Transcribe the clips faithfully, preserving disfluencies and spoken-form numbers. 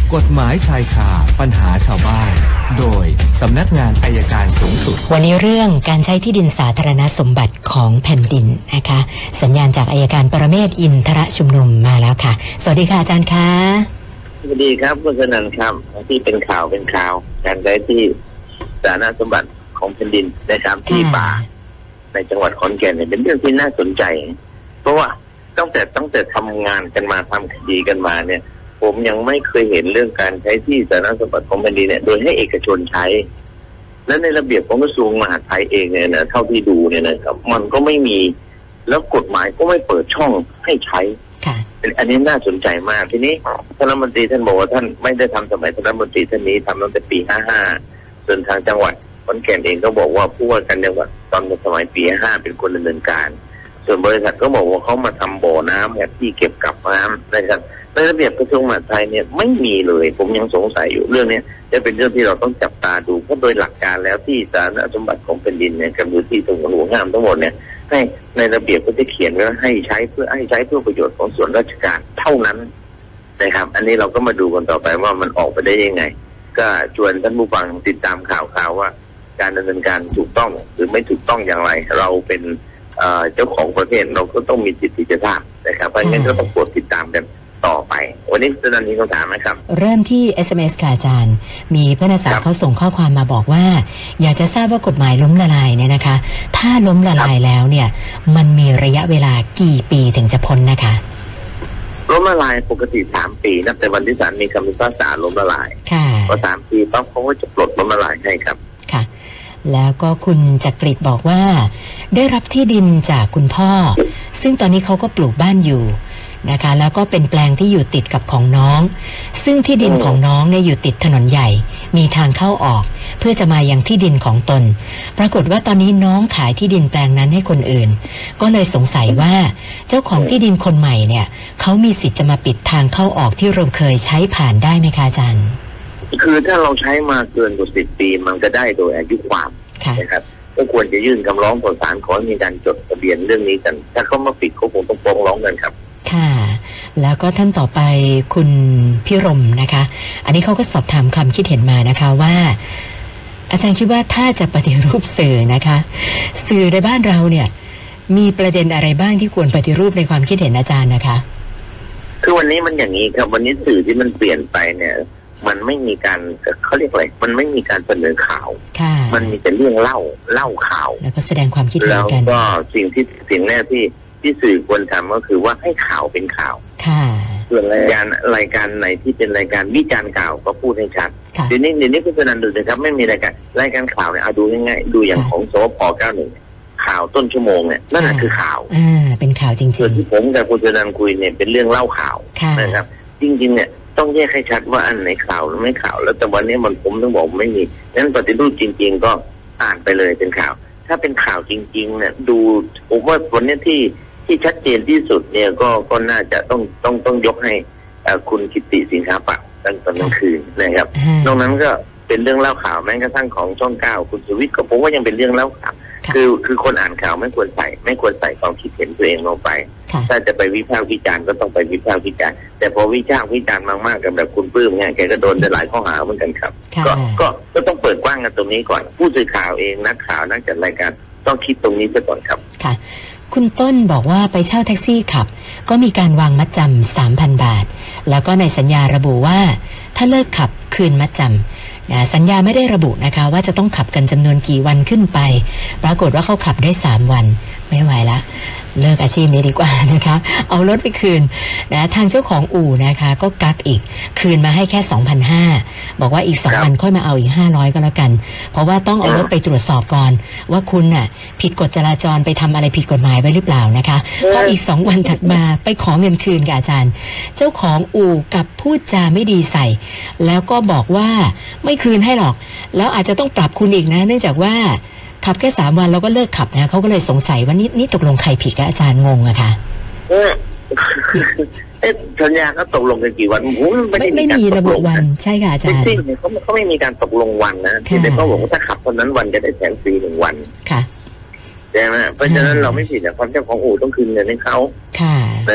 กฎหมายชายคาปัญหาชาวบ้านโดยสำนักงานอัยการสูงสุดวันนี้เรื่องการใช้ที่ดินสาธารณสมบัติของแผ่นดินนะคะสัญญาณจากอัยการปรเมศวร์อินทรชุมนุมมาแล้วค่ะสวัสดีค่ะอาจารย์คะสวัสดีครับคุณสนันท์ครับที่เป็นข่าวเป็นข่าวการใช้ที่สาธารณสมบัติของแผ่นดินนะครับที่ป่าในจังหวัดขอนแก่นเนี่ยเป็นเรื่องที่น่าสนใจเพราะว่าตั้งแต่ตั้งแต่ทำงานกันมาทำคดีกันมาเนี่ยผมยังไม่เคยเห็นเรื่องการใช้ที่สาธารณสมบัติของแผ่นดินเนี่ยโดยให้เอกชนใช้และในระเบียบของกระทรวงมหาดไทยเองเนี่ยนะเท่าที่ดูเนี่ยนะครับมันก็ไม่มีแล้วกฎหมายก็ไม่เปิดช่องให้ใช้อันนี้น่าสนใจมากทีนี้ท่านรัฐมนตรีท่านบอกว่าท่านไม่ได้ทำสมัยท่านรัฐมนตรีท่านนี้ทำตั้งแต่ปีห้าห้าส่วนทางจังหวัดขอนแก่นเองก็บอกว่าผู้ว่าการจังหวัดตอนสมัยปีห้าเป็นคนดำเนินการส่วนบริษัทก็บอกว่าเขามาทำบ่อน้ำแบบที่เก็บกักน้ำนะครับในระเบียบกระทรวงมหาดไทยเนี่ยไม่มีเลยผมยังสงสัยอยู่เรื่องนี้จะเป็นเรื่องที่เราต้องจับตาดูเพราะโดยหลักการแล้วที่สาธารณสมบัติของแผ่นดินเนี่ยกับที่สงวนห่วงห้ามทั้งหมดเนี่ยให้ในระเบียบก็จะเขียนไว้ให้ใช้เพื่อให้ใช้เพื่อประโยชน์ของส่วนราชการเท่านั้นนะครับอันนี้เราก็มาดูกันต่อไปว่ามันออกไปได้ยังไงก็ชวนท่านผู้ฟังติดตามข่าวข่าวว่าการดำเนินการถูกต้องหรือไม่ถูกต้องอย่างไรเราเป็นเจ้าของประเทศเราก็ต้องมีสิทธิจะทราบนะครับเพราะงั้นก็ต้องกดติดตามกันต่อไปวันนี้จะมีคำถามไหมครับเริ่มที่ เอส เอ็ม เอส ค่ะอาจารย์มีเพื่อนอาสาเขาส่งข้อความมาบอกว่าอยากจะทราบว่ากฎหมายล้มละลายเนี่ยนะคะถ้าล้มละลายแล้วเนี่ยมันมีระยะเวลากี่ปีถึงจะพ้นนะคะล้มละลายปกติสามปีนับแต่วันที่ศาลมีคำพิพากษาล้มละลายพอสามปีปั๊บเขาก็จะปลดล้มละลายให้ครับค่ะแล้วก็คุณจักริดบอกว่าได้รับที่ดินจากคุณพ่อซึ่งตอนนี้เขาก็ปลูกบ้านอยู่นะคะแล้วก็เป็นแปลงที่อยู่ติดกับของน้องซึ่งที่ดินของน้องเนี่ยอยู่ติดถนนใหญ่มีทางเข้าออกเพื่อจะมายังที่ดินของตนปรากฏว่าตอนนี้น้องขายที่ดินแปลงนั้นให้คนอื่นก็เลยสงสัยว่าเจ้าของที่ดินคนใหม่เนี่ยเขามีสิทธิ์จะมาปิดทางเข้าออกที่เราเคยใช้ผ่านได้ไหมคะอาจารย์คือถ้าเราใช้มาเกินกว่าสิบปีมันก็ได้โดยอายุความนะครับก็ควรจะยื่นคำร้องต่อศาลขอให้มีการจดทะเบียนเรื่องนี้กันถ้าเขามาปิดเขาคงต้องฟ้องร้องกันครับค่ะแล้วก็ท่านต่อไปคุณพิรมนะคะอันนี้เขาก็สอบถามความคิดเห็นมานะคะว่าอาจารย์คิดว่าถ้าจะปฏิรูปสื่อนะคะสื่อในบ้านเราเนี่ยมีประเด็นอะไรบ้างที่ควรปฏิรูปในความคิดเห็นอาจารย์นะคะคือวันนี้มันอย่างนี้ครับวันนี้สื่อที่มันเปลี่ยนไปเนี่ยมันไม่มีการเขาเรียกอะไรมันไม่มีการเสนอข่าวมันมีแต่เรื่องเล่าเล่าข่าวแล้วก็แสดงความคิดเห็นกันแล้วก็สิ่งที่สิ่งแรกที่ที่สื่อควรทำก็คือว่าให้ข่าวเป็นข่าวส่วนรายการรายการไหนที่เป็นรายการวิจารณ์ข่าวก็พูดให้ชัดเดี๋ยวนี้เดี๋ยวนี้คุณสนันท์ดูนะครับไม่มีรายการรายการข่าวเนี่ยเอาดูง่ายๆดูอย่างของสวพเก้าหนึ่งข่าวต้นชั่วโมงเนี่ยนั่นแหละคือข่าวอ่าเป็นข่าวจริงๆส่วนที่ผมกับคุณสนันท์คุยเนี่ยเป็นเรื่องเล่าข่าวนะครับจริงๆเนี่ยต้องแยกให้ชัดว่าอันไหนข่าวหรือไม่ข่าวแล้วแต่วันนี้มันผมต้องบอกไม่มีงั้นปฏิรูปจริงๆก็อ่านไปเลยเป็นข่าวถ้าเป็นข่าวจริงๆเนี่ยดูผมว่าวันนี้ที่ที่ชัดเจนที่สุดเนี่ยก็ก็น่าจะต้องต้องต้องยกให้คุณกิติสินค้าปะตั้งแต่กลางคืนนะครับนอกนั้นก็เป็นเรื่องเล่าข่าวแม้กระทั่งของช่องเก้าคุณสุวิทย์ก็ผมว่ายังเป็นเรื่องเล่าข่าวคือคือคนอ่านข่าวไม่ควรใส่ไม่ควรใส่ความคิดเห็นตัวเองลงไปถ้าจะไปวิพากษ์วิจารณ์ก็ต้องไปวิพากษ์วิจารณ์แต่พอวิพากษ์วิจารณ์มากๆกันแบบคุณปื้มเนี่ยแกก็โดนหลายข้อหาเหมือนกันครับก็ก็ก็ต้องเปิดกว้างกันตรงนี้ก่อนผู้สื่อข่าวเองนักข่าวนักจัดรายการต้องคิดตรงนี้ซะก่อนครับค่ะคุณต้นบอกว่าไปเช่าแท็กซี่ขับก็มีการวางมัดจำ สามพัน บาทแล้วก็ในสัญญาระบุว่าถ้าเลิกขับคืนมัดจำนะสัญญาไม่ได้ระบุนะคะว่าจะต้องขับกันจำนวนกี่วันขึ้นไปปรากฏว่าเขาขับได้สามวันไม่ไหวละเลิกอาชีพนี้ดีกว่านะคะเอารถไปคืนนะทางเจ้าของอู่นะคะก็กักอีกคืนมาให้แค่ สองพันห้าร้อย บอกว่าอีกสองวันค่อยมาเอาอีกห้าร้อยก็แล้วกันเพราะว่าต้องเอารถไปตรวจสอบก่อนว่าคุณน่ะผิดกฎจราจรไปทำอะไรผิดกฎหมายไว้หรือเปล่านะคะพออีกสองวันถัดมาไปขอเงินคืนกับอาจารย์เจ้าของอู่กับพูดจาไม่ดีใส่แล้วก็บอกว่าไม่คืนให้หรอกแล้วอาจจะต้องปรับคุณอีกนะเนื่องจากว่าขับแค่สามวันเราก็เลิกขับนะเขาก็เลยสงสัยว่านี่นี่ตกลงใครผิดกับอาจารย์งงอะค่ะเออสัญญาก็ตกลงกันกี่วันไม่ได้ไม่มีระบุวันใช่ค่ะอาจารย์จริงๆเขาเขาไม่มีการตกลงวันนะที่แต่เขาบอกว่าถ้าขับตอนนั้นวันจะได้แถมฟรีหนึ่งวันค่ะใช่ไหมเพราะฉะนั้นเราไม่ผิดนะความเจ้าของอู่ต้องคืนเงินให้เขาค่ะนะครับ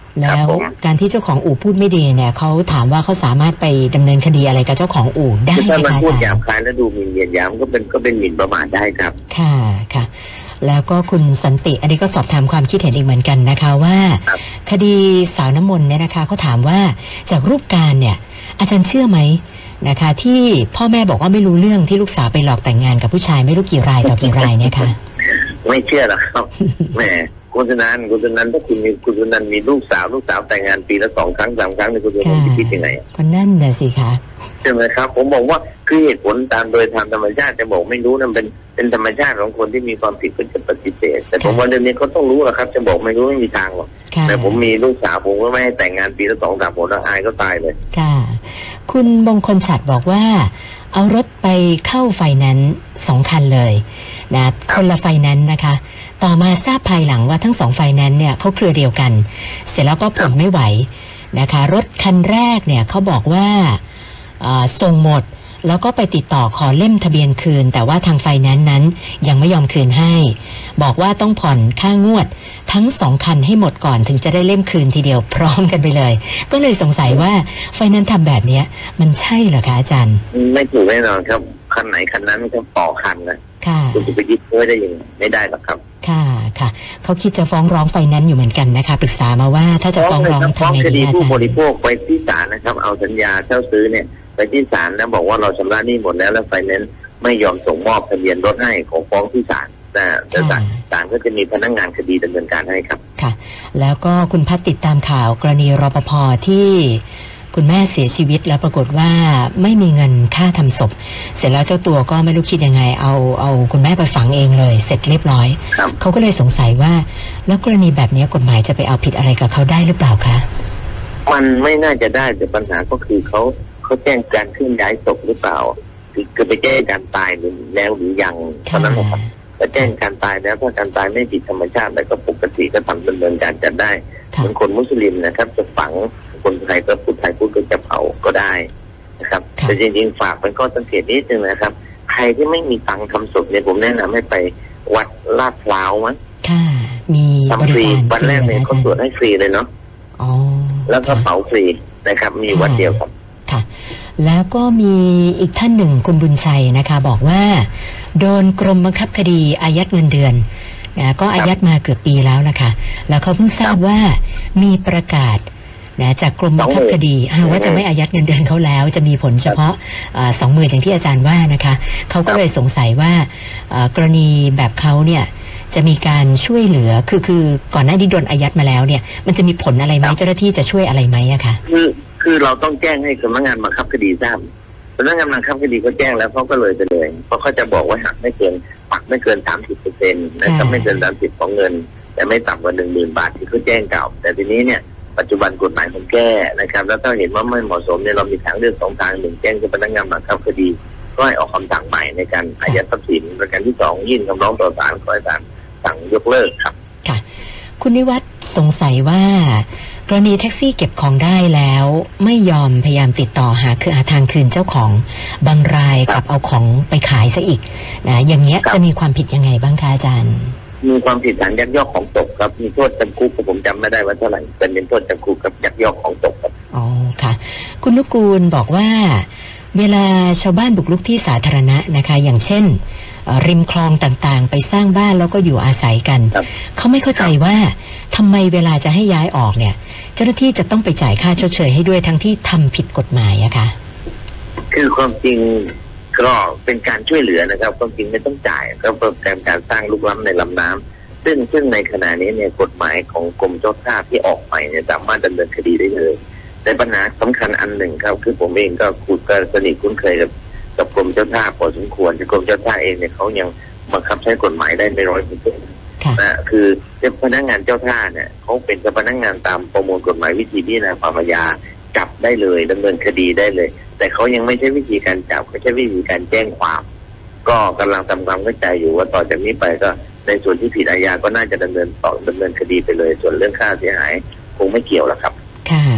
แล้วการที่เจ้าของอู่พูดไม่ดีเนี่ยเขาถามว่าเขาสามารถไปดำเนินคดีอะไรกับเจ้าของอู่ได้ไหมคะอาจารย์ถ้ามันพูดหยาบคายและดูหมิ่นเหยียดหยามก็เป็นก็เป็นหมิ่นประมาทได้ครับค่ะค่ะแล้วก็คุณสันติอันนี้ก็สอบถามความคิดเห็นอีกเหมือนกันนะคะว่าคดีสาวน้ำมนต์เนี่ยนะคะเขาถามว่าจากรูปการเนี่ยอาจารย์เชื่อไหมนะคะที่พ่อแม่บอกว่าไม่รู้เรื่องที่ลูกสาวไปหลอกแต่งงานกับผู้ชายไม่รู้กี่รายต่อกี่รายเนี่ยค่ะไม่เชื่อหรอกครับแหมคุณสุนันท์คุณสุนันท์ถ้าคุณมีคุณสุนันท์มีลูกสาวลูกสาวแต่งงานปีละสองครั้งสามครั้งในคุณสุนันท์จะคิดยังไงก็นั่นน่ะสิคะใช่ไหมครับผมบอกว่าคือเหตุผลตามโดยทางธรรมชาติจะบอกไม่รู้นั่นเป็นเป็นธรรมชาติของคนที่มีความผิดก็จะปฏิเสธแต่ผมว่าเรื่องนี้เขาต้องรู้แหละครับจะบอกไม่รู้ไม่มีทางหรอกแต่ผมมีลูกสาวผมก็ไม่ให้แต่งงานปีละสองสามคนแล้วอายก็ตายเลยค่ะคุณมงคลฉัตรบอกว่าเอารถไปเข้าไฟแนนซ์สองคันเลยนะคนละไฟแนนซ์นะคะต่อมาทราบภายหลังว่าทั้งสองไฟแนนซ์เนี่ยเขาเครือเดียวกันเสร็จแล้วก็ผ่อนไม่ไหวนะคะรถคันแรกเนี่ยเขาบอกว่าส่งหมดแล้วก็ไปติดต่อขอเล่มทะเบียนคืนแต่ว่าทางไฟแนนซ์นั้นยังไม่ยอมคืนให้บอกว่าต้องผ่อนค่างวดทั้งสองคันให้หมดก่อนถึงจะได้เล่มคืนทีเดียวพร้อมกันไปเลยก็เลยสงสัยว่าไฟแนนซ์ทำแบบนี้มันใช่เหรอคะอาจารย์ไม่ถูกแน่นอนครับคันไหนคันนั้นก็ต่อคันนะคุณจะไปยึดไว้ได้ยังไม่ได้หรอกครับค่ะค่ะเขาคิดจะฟ้องร้องไฟแนนซ์อยู่เหมือนกันนะคะปรึกษามาว่าถ้าจะฟ้องร้องทำไงดีอาจารย์ผู้บริโภคไปที่ศาลนะครับเอาสัญญาเช่าซื้อเนี่ยไปที่ศาลนะบอกว่าเราชำระหนี้หมดแล้วแล้วไฟแนนซ์ไม่ยอมส่งมอบทะเบียนรถให้ของฟ้องที่ศาลนะแต่ศาลศาลก็จะมีพนักงานคดีดำเนินการให้ครับค่ะแล้วก็คุณพัฒติดตามข่าวกรณีรปภที่คุณแม่เสียชีวิตแล้วปรากฏว่าไม่มีเงินค่าทำศพเสร็จแล้วเจ้าตัวก็ไม่รู้คิดยังไงเอาเอาคุณแม่ไปฝังเองเลยเสร็จเรียบร้อยเขาก็เลยสงสัยว่าแล้วกรณีแบบนี้กฎหมายจะไปเอาผิดอะไรกับเขาได้หรือเปล่าคะมันไม่น่าจะได้แต่ปัญหาก็คือเขาเขาแจ้งการเคลื่อนย้ายศพหรือเปล่าคือไปแจ้งการตายแล้วหรือยังเท่านั้นแหละครับถ้าแจ้งการตายแล้วถ้าการตายไม่ผิดธรรมชาติแต่ก็ปกติก็ทำดำเนินการจัดได้เหมือนคนมุสลิมนะครับจะฝังคนไทยก็พูดไทยพูดก็จะเผาก็ได้นะครับแต่จริงๆฝากเป็นข้อสังเกตนิดนึงนะครับใครที่ไม่มีตังค์ทำศพเนี่ยผมแนะนำให้ไปวัดลาดพร้าวมั้ยค่ะมีทำฟรีวันแรกเนี่ยเขาตรวจให้ฟรีเลยเนาะอ๋อแล้วก็เผาฟรีนะครับมีวันเดียวครับค่ะแล้วก็มีอีกท่านหนึ่งคุณบุญชัยนะคะบอกว่าโดนกรมบังคับคดีอายัดเงินเดือนนะก็อายัดมาเกือบปีแล้วนะคะแล้วเขาเพิ่งทราบว่ามีประกาศนะจากกรมบังคับคดีว่าจะไม่อายัดเงินเดือนเขาแล้วจะมีผลเฉพาะสองหมื่นอย่างที่อาจารย์ว่านะคะเขาก็เลยสงสัยว่ากรณีแบบเขาเนี่ยจะมีการช่วยเหลือคือคือก่อนหน้านี้โดนอายัดมาแล้วเนี่ยมันจะมีผลอะไรไหมเจ้าหน้าที่จะช่วยอะไรไหมอะคะคือคือเราต้องแจ้งให้สำนักงานบังคับคดีทราบสำนักงานบังคับคดีเขาแจ้งแล้วเขาก็เลยไปเลยเพราะเขาจะบอกว่าหักไม่เกินหักไม่เกินสามสิบเปอร์เซ็นต์นะครับไม่เกินสามสิบของเงินแต่ไม่ต่ำกว่าหนึ่งหมื่นบาทที่เขาแจ้งเก่าแต่ทีนี้เนี่ยปัจจุบันกฎหมายมันแก้นะครับแล้วถ้าเห็นว่าไม่เหมาะสมเนี่ยเรามีทางเลือกสองทางหนึ่งแจ้งกับพนักงานบังคับคดีก็ให้ออกคำสั่งใหม่ในการอายัดทรัพย์สินประการที่สองยื่นคำร้องต่อศาลขอให้ศาลสั่งยกเลิกครับค่ะคุณนิวัฒน์สงสัยว่ากรณีแท็กซี่เก็บของได้แล้วไม่ยอมพยายามติดต่อหาคือหาทางคืนเจ้าของบางรายกับเอาของไปขายซะอีกนะอย่างเงี้ยจะมีความผิดยังไงบ้างคะอาจารย์มีความผิดฐานยักยอกของตกครับมีโทษจำคุกผมจำไม่ได้ว่าเท่าไหร่เป็นเป็นโทษจำคุกกับยักยอกของตกครับอ๋อค่ะคุณนุกูลบอกว่าเวลาชาวบ้านบุกรุกที่สาธารณะนะคะอย่างเช่นริมคลองต่างๆไปสร้างบ้านแล้วก็อยู่อาศัยกันเขาไม่เข้าใจว่าทำไมเวลาจะให้ย้ายออกเนี่ยเจ้าหน้าที่จะต้องไปจ่ายค่าชดเชยให้ด้วยทั้งที่ทำผิดกฎหมายอะคะคือความจริงก็เป็นการช่วยเหลือนะครับความจริงไม่ต้องจ่ายก็เป็นการการสร้างลูกล้ำในลำน้ำซึ่งซึ่งในขณะนี้เนี่ยกฎหมายของกรมเจ้าท่าที่ออกใหม่เนี่ยสามารถดำเนินคดีได้เลยแต่ปัญหาสำคัญอันหนึ่งครับคือผมเองก็คุ้นก็สนิทคุ้นเคยกับกับกรมเจ้าท่าพอสมควรที่กรมเจ้าท่าเองเนี่ยเขายังบังคับใช้กฎหมายได้ไม่ร้อยเปอร์เซ็นต์นะคือเจ้าพนักงานเจ้าท่าเนี่ยเขาเป็นเจ้าพนักงานตามประมวลกฎหมายวิธีพิจารณาความอาญาจับได้เลยดำเนินคดีได้เลยแต่เขายังไม่ใช่วิธีการจับเขาใช้วิธีการแจ้งความก็กำลังทำความเข้าใจอยู่ว่าต่อจากนี้ไปก็ในส่วนที่ผิดอาญาก็น่าจะดำเนินต่อดำเนินคดีไปเลยส่วนเรื่องค่าเสียหายคงไม่เกี่ยวแล้วครับค่ะ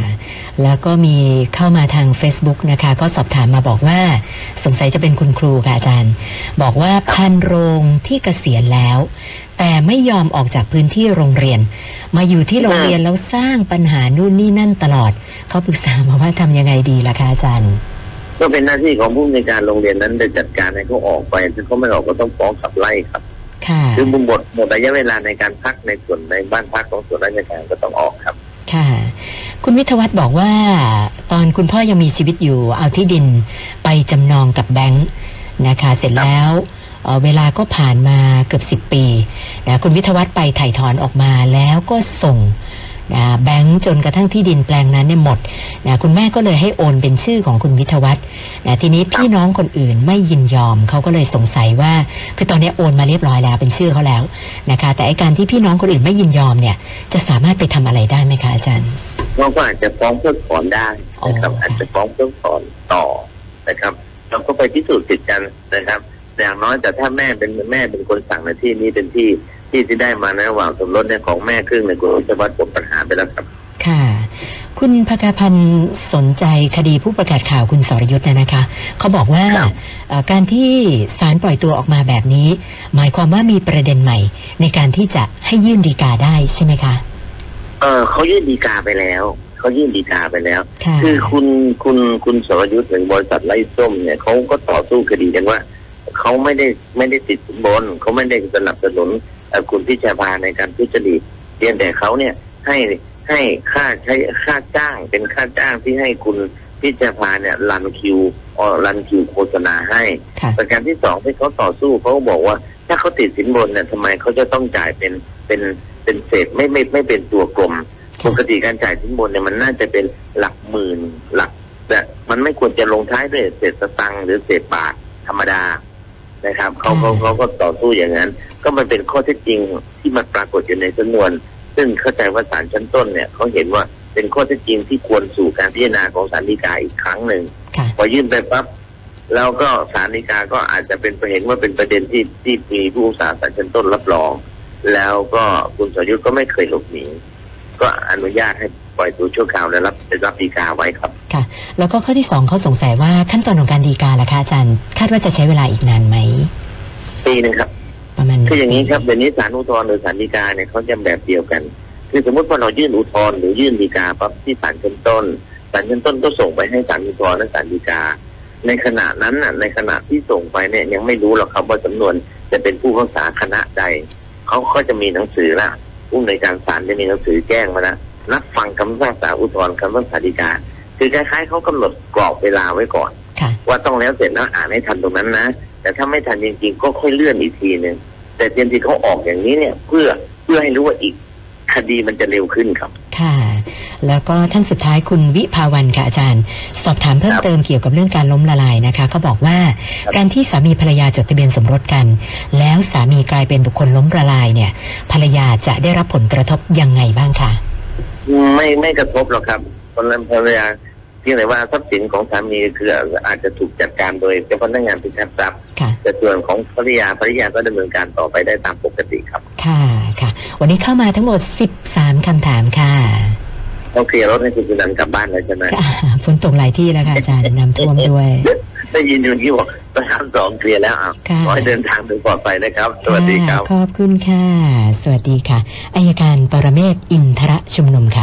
แล้วก็มีเข้ามาทาง Facebook นะคะก็สอบถามมาบอกว่าสงสัยจะเป็นคุณครูค่ะอาจารย์บอกว่าพันโรงที่เกษียณแล้วแต่ไม่ยอมออกจากพื้นที่โรงเรียนมาอยู่ที่โรงเรียนแล้วสร้างปัญหานู่นนี่นั่นตลอดเขาปรึกษามาว่าทำยังไงดีล่ะคะอาจารย์ก็เป็นหน้าที่ของผู้ในการโรงเรียนนั้นจะจัดการให้เขาออกไปถ้าเขาไม่ออกก็ต้องฟ้องขับไล่ครับคือหมดหมดระยะเวลาในการพักในส่วนในบ้านพักของส่วนราชการก็ต้องออกครับค่ะคุณวิทยวัฒน์บอกว่าตอนคุณพ่อยังมีชีวิตอยู่เอาที่ดินไปจำนองกับแบงค์นะคะเสร็จแล้วเ, เวลาก็ผ่านมาเกือบสิบปีนะคุณวิทยวัฒน์ไปถ่ายถอนออกมาแล้วก็ส่งนะแบงค์จนกระทั่งที่ดินแปลงนั้นเนี่ยหมดนะคุณแม่ก็เลยให้โอนเป็นชื่อของคุณวิทยวัฒน์นะทีนี้พี่น้องคนอื่นไม่ยินยอมเขาก็เลยสงสัยว่าคือตอนนี้โอนมาเรียบร้อยแล้วเป็นชื่อเขาแล้วนะคะแต่ไอ้การที่พี่น้องคนอื่นไม่ยินยอมเนี่ยจะสามารถไปทำอะไรได้ไหมคะอาจารย์เราก็อาจจะฟ้องเพิกถอนได้นะครับอาจจะฟ้องเพิกถอนต่อนะครับเราก็ไปพิสูจน์ติดกันนะครับอย่างน้อยแต่ถ้าแม่เป็นแม่เป็นคนสั่งในที่นี้เป็นที่ที่ที่ได้มาในระหว่างสมรสเนี่ยของแม่ครึ่งในคุณวิทยวัฒน์ผมปัญหาไปแล้วครับค่ะคุณภคพันธ์สนใจคดีผู้ประกาศข่าวคุณสรยุทธ์นะคะเขาบอกว่าการที่ศาลปล่อยตัวออกมาแบบนี้หมายความว่ามีประเด็นใหม่ในการที่จะให้ยื่นฎีกาได้ใช่ไหมคะเออเขายื่นฎีกาไปแล้วเขายื่นฎีกาไปแล้วคือคุณคุณคุณสรยุทธ์หรือบริษัทไร้ส้มเนี่ยเขาก็ต่อสู้คดีกันว่าเขาไม่ได้ไม่ได้ติดสินบนเขาไม่ได้สนับสนุนคุณพิชาภาในการทุจริตเพียงแต่เขาเนี่ยให้ให้ค่าใช้ค่าจ้างเป็นค่าจ้างที่ให้คุณพิชาภาเนี่ยรันคิวอรันคิวโฆษณาให้ประการที่สองที่เขาต่อสู้เขาบอกว่าถ้าเขาติดสินบนเนี่ยทำไมเขาจะต้องจ่ายเป็นเป็นเป็นเศษไม่ไม่ไม่เป็นตัวกลมปกติการจ่ายสินบนเนี่ยมันน่าจะเป็นหลักหมื่นหลักแต่มันไม่ควรจะลงท้ายด้วยเศษสตังค์หรือเศษบาทธรรมดานะครับเขาเขาเขาก็ต่อสู้อย่างนั้นก็มันเป็นข้อเท็จจริงที่มันปรากฏอยู่ในสำนวนซึ่งเข้าใจว่าศาลชั้นต้นเนี่ยเขาเห็นว่าเป็นข้อเท็จจริงที่ควรสู่การพิจารณาของศาลฎีกาอีกครั้งหนึ่งพอยื่นไปปั๊บแล้วก็ศาลฎีกาก็อาจจะเป็นเห็นว่าเป็นประเด็นที่ที่มีผู้พิพากษาศาลชั้นต้นรับรองแล้วก็คุณสรยุทธ์ก็ไม่เคยหลบหนีก็อนุญาตให้ปล่อยตัวชั่วคราวและรับรับฎีกาไว้ครับค่ะแล้วก็ข้อที่สองเขาสงสัยว่าขั้นตอนของการฎีกาล่ะคะอาจารย์คาดว่าจะใช้เวลาอีกนานไหมปีนึงครับประมาณคืออย่างนี้ครับเดี๋ยวนี้ศาลอุทธรณ์หรือศาลฎีกาเนี่ยเขาจะแบบเดียวกันคือสมมติว่าเรายื่นอุทธรณ์หรือยื่นฎีกาปั๊บที่ศาลชั้นต้นศาลชั้นต้นก็ส่งไปให้ศาลอุทธรณ์และศาลฎีกาในขณะนั้นน่ะในขณะที่ส่งไปเนี่ยยังไม่รู้หรอกครับว่าสำนวนจะเป็นผู้พิพากษาคณะใดเขาก็จะมีหนังสือละผู้ในการศาลจะมีหนังสือแจ้งมาแล้วรับฟังคำพิพากษาอุทธรณ์คำพิพากษาฎีกาคือคล้ายๆเขากำหนดกรอบเวลาไว้ก่อนว่าต้องแล้วเสร็จแล้วอ่านให้ทันตรงนั้นนะแต่ถ้าไม่ทันจริงๆก็ค่อยเลื่อนอีกทีนึงแต่เตรียมที่เขาออกอย่างนี้เนี่ยเพื่อเพื่อให้รู้ว่าอีกคดีมันจะเร็วขึ้นครับค่ะแล้วก็ท่านสุดท้ายคุณวิภาวันค่ะอาจารย์สอบถามเพิ่มเติมเกี่ยวกับเรื่องการล้มละลายนะคะเขาบอกว่าการที่สามีภรรยาจดทะเบียนสมรสกันแล้วสามีกลายเป็นบุคคลล้มละลายเนี่ยภรรยาจะได้รับผลกระทบยังไงบ้างคะไม่ไม่กระทบหรอกครับคนละภรรยาเพียงแต่ว่าทรัพย์สินของสามีคืออาจจะถูกจัดการโดยเจ้าพนักงานพิทักษ์ทรัพย์แต่ส่วนของภรรยาภรรยาก็ดำเนินการต่อไปได้ตามปกติครับค่ะค่ะวันนี้เข้ามาทั้งหมดสิบสามคำถามค่ะต้องเคลียร์รถให้คุณสุนันท์กลับบ้านเลยใช่ไหมฝนตกหลายที่แล้วค่ะอาจารย์น้ำท่วมด้วยได้ยินอยู่ที่บอกประธานสองเคลียร์แล้วอ่ะขอให้เดินทางโดยปลอดภัยนะครับสวัสดีครับขอบคุณค่ะสวัสดีค่ะอัยการปรเมศวร์อินทรชุมนุมค่ะ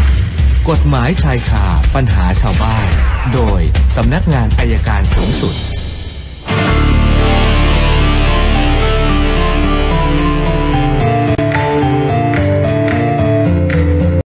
กฎหมายชายคาปัญหาชาวบ้านโดยสำนักงานอัยการสูงสุด